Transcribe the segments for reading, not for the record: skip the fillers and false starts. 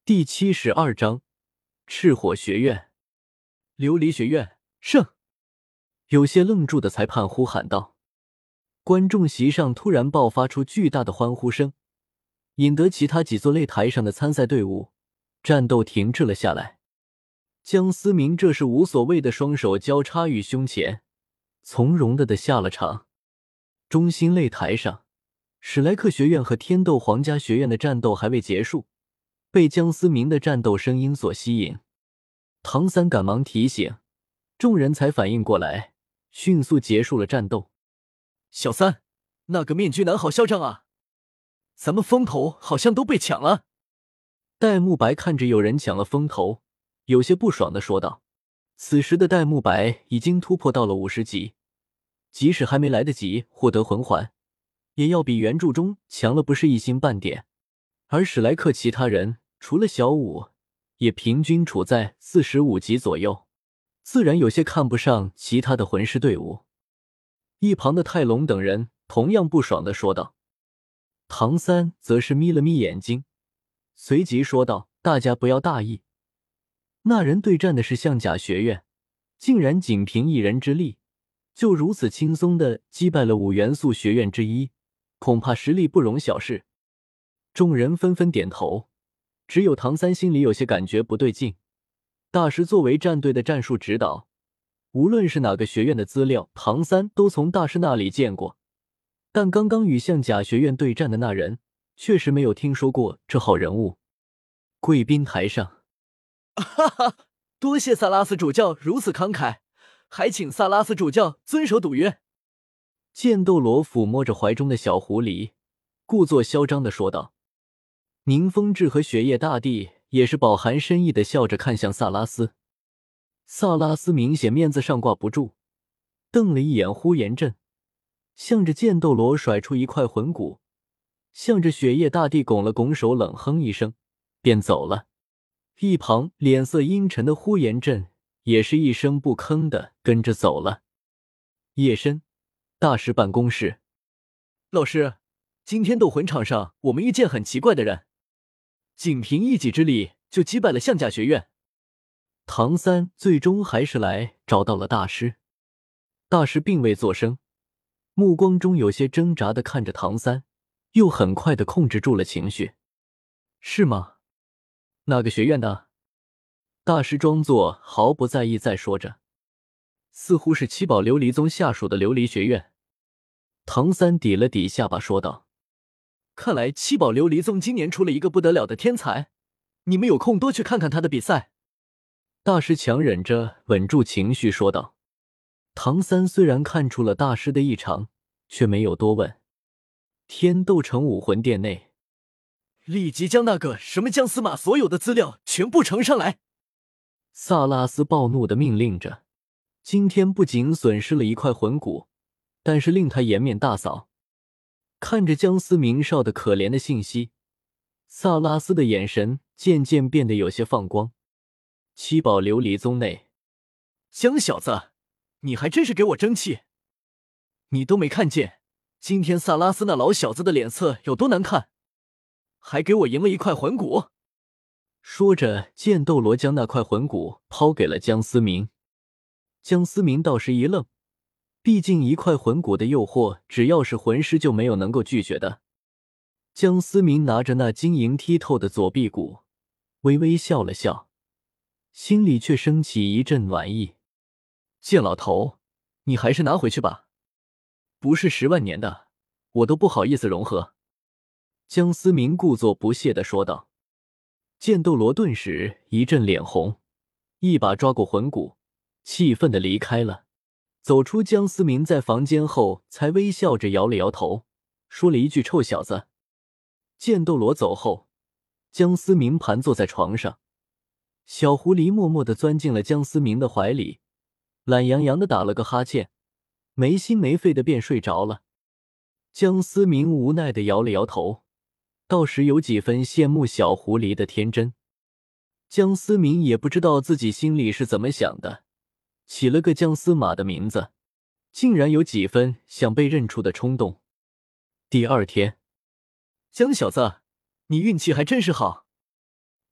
第72章赤火学院。琉璃学院胜！有些愣住的裁判呼喊道。观众席上突然爆发出巨大的欢呼声，引得其他几座擂台上的参赛队伍战斗停滞了下来。江思明这是无所谓的双手交叉于胸前，从容的下了场。中心擂台上，史莱克学院和天斗皇家学院的战斗还未结束，被江思明的战斗声音所吸引。唐三赶忙提醒，众人才反应过来，迅速结束了战斗。 小三，那个面具男好嚣张啊！咱们风头好像都被抢了。 戴沐白看着有人抢了风头，有些不爽地说道。此时的戴沐白已经突破到了50级，即使还没来得及获得魂环，也要比原著中强了不是一星半点。而史莱克其他人除了小舞，也平均处在45级左右，自然有些看不上其他的魂师队伍。一旁的泰隆等人同样不爽地说道。唐三则是眯了眯眼睛，随即说道：大家不要大意，那人对战的是象甲学院，竟然仅凭一人之力就如此轻松地击败了5元素学院之一，恐怕实力不容小视。众人纷纷点头，只有唐三心里有些感觉不对劲。大师作为战队的战术指导，无论是哪个学院的资料，唐三都从大师那里见过，但刚刚与象甲学院对战的那人确实没有听说过这号人物。贵宾台上， 哈哈，多谢萨拉斯主教如此慷慨，还请萨拉斯主教遵守赌约。 剑斗罗抚摸着怀中的小狐狸，故作嚣张地说道。宁风致和雪夜大帝也是饱含深意地笑着看向萨拉斯。萨拉斯明显面子上挂不住，瞪了一眼呼延震，向着剑斗罗甩出一块魂骨，向着雪夜大帝拱了拱手，冷哼一声便走了。一旁脸色阴沉的呼延震也是一声不吭地跟着走了。夜深，大师办公室。 老师，今天斗魂场上我们遇见很奇怪的人，仅凭一己之力就击败了象甲学院。 唐三最终还是来找到了大师。大师并未作声，目光中有些挣扎地看着唐三，又很快地控制住了情绪。是吗？哪个学院的？大师装作毫不在意在说着。似乎是七宝琉璃宗下属的琉璃学院。唐三抵了抵下巴说道。 看来七宝琉璃宗今年出了一个不得了的天才，你们有空多去看看他的比赛。 大师强忍着稳住情绪说道。唐三虽然看出了大师的异常，却没有多问。天斗城武魂殿内， 立即将那个什么姜司马所有的资料全部呈上来。 萨拉斯暴怒地命令着。今天不仅损失了一块魂骨，但是令他颜面大扫。看着姜思明少的可怜的信息，萨拉斯的眼神渐渐变得有些放光。七宝琉璃宗内， 姜小子，你还真是给我争气！你都没看见今天萨拉斯那老小子的脸色有多难看，还给我赢了一块魂骨。 说着，剑斗罗将那块魂骨抛给了姜思明。姜思明倒是一愣，毕竟一块魂骨的诱惑，只要是魂师就没有能够拒绝的。姜思明拿着那晶莹剔透的左臂骨，微微笑了笑，心里却升起一阵暖意。 剑老头，你还是拿回去吧，不是10万年的，我都不好意思融合。 姜思明故作不屑地说道。剑斗罗顿时一阵脸红，一把抓过魂骨，气愤地离开了。走出姜思明在房间后，才微笑着摇了摇头，说了一句臭小子。剑斗罗走后，姜思明盘坐在床上，小狐狸默默地钻进了姜思明的怀里，懒洋洋地打了个哈欠，没心没肺地便睡着了。姜思明无奈地摇了摇头，倒是有几分羡慕小狐狸的天真。姜思明也不知道自己心里是怎么想的，起了个姜司马的名字，竟然有几分想被认出的冲动。第二天， 姜小子，你运气还真是好。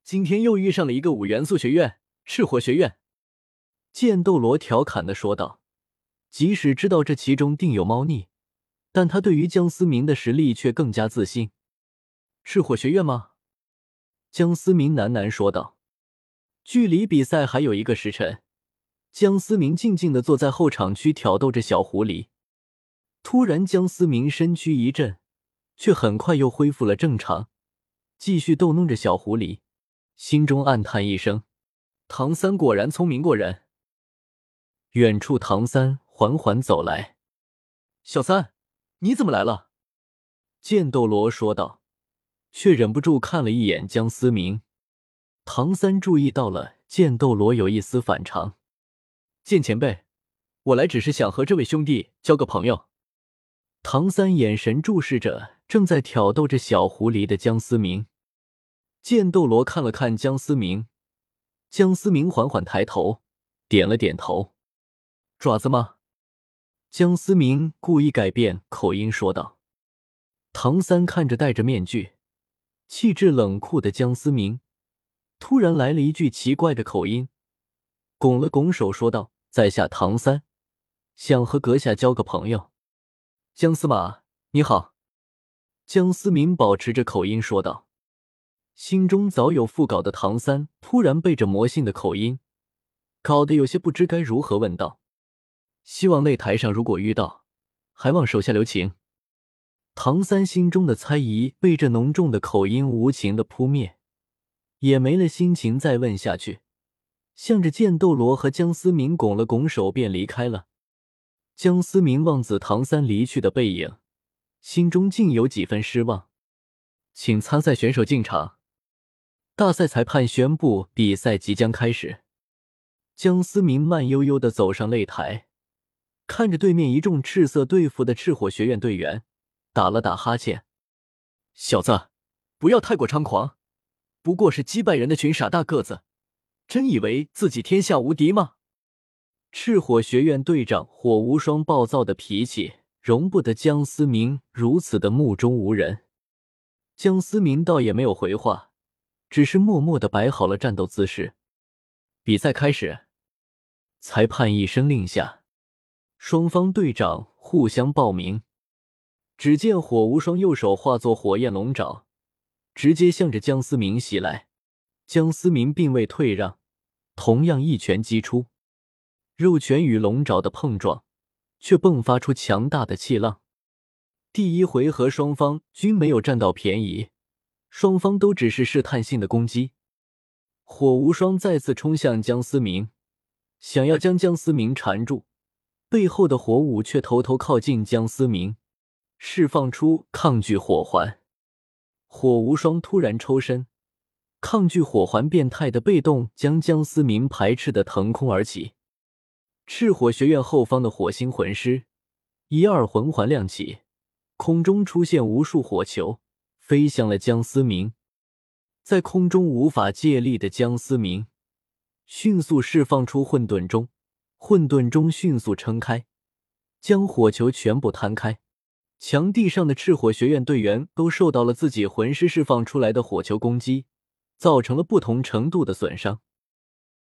今天又遇上了一个5元素学院赤火学院。 剑斗罗调侃地说道，即使知道这其中定有猫腻，但他对于江思明的实力却更加自信。 赤火学院吗？ 江思明喃喃说道。距离比赛还有1个时辰，江思明静静地坐在后场区挑逗着小狐狸。突然江思明身躯一震，却很快又恢复了正常，继续逗弄着小狐狸，心中暗叹一声， 唐三果然聪明过人。 远处唐三缓缓走来。 小三，你怎么来了？ 剑斗罗说道，却忍不住看了一眼江思明。唐三注意到了剑斗罗有一丝反常。 剑前辈，我来只是想和这位兄弟交个朋友。 唐三眼神注视着正在挑逗着小狐狸的江思明。剑斗罗看了看江思明，江思明缓缓抬头，点了点头。 爪子吗？ 江思明故意改变口音说道。唐三看着戴着面具、气质冷酷的江思明，突然来了一句奇怪的口音，拱了拱手说道，在下唐三，想和阁下交个朋友。 江司马，你好。 江思明保持着口音说道。心中早有腹稿的唐三突然被这魔性的口音搞得有些不知该如何问道。 希望擂台上如果遇到，还望手下留情。 唐三心中的猜疑被这浓重的口音无情的扑灭，也没了心情再问下去，向着剑斗罗和江思明拱了拱手便离开了。江思明望子唐三离去的背影，心中竟有几分失望。 请参赛选手进场。 大赛裁判宣布比赛即将开始。江思明慢悠悠地走上擂台，看着对面一众赤色队服的赤火学院队员，打了打哈欠。 小子，不要太过猖狂，不过是击败人的群傻大个子，真以为自己天下无敌吗？ 赤火学院队长火无双暴躁的脾气容不得江思明如此的目中无人。江思明倒也没有回话，只是默默地摆好了战斗姿势。 比赛开始。 裁判一声令下，双方队长互相报名。只见火无双右手化作火焰龙爪，直接向着江思明袭来。江思明并未退让，同样一拳击出。肉拳与龙爪的碰撞，却迸发出强大的气浪。第一回合双方均没有占到便宜，双方都只是试探性的攻击。火无双再次冲向江思明，想要将江思明缠住，背后的火舞却偷偷靠近江思明，释放出抗拒火环。火无双突然抽身，抗拒火环变态的被动将江思明排斥的腾空而起。赤火学院后方的火星魂师12魂环亮起，空中出现无数火球，飞向了江思明。在空中无法借力的江思明迅速释放出混沌钟，混沌钟迅速撑开，将火球全部摊开。墙地上的赤火学院队员都受到了自己魂师释放出来的火球攻击，造成了不同程度的损伤。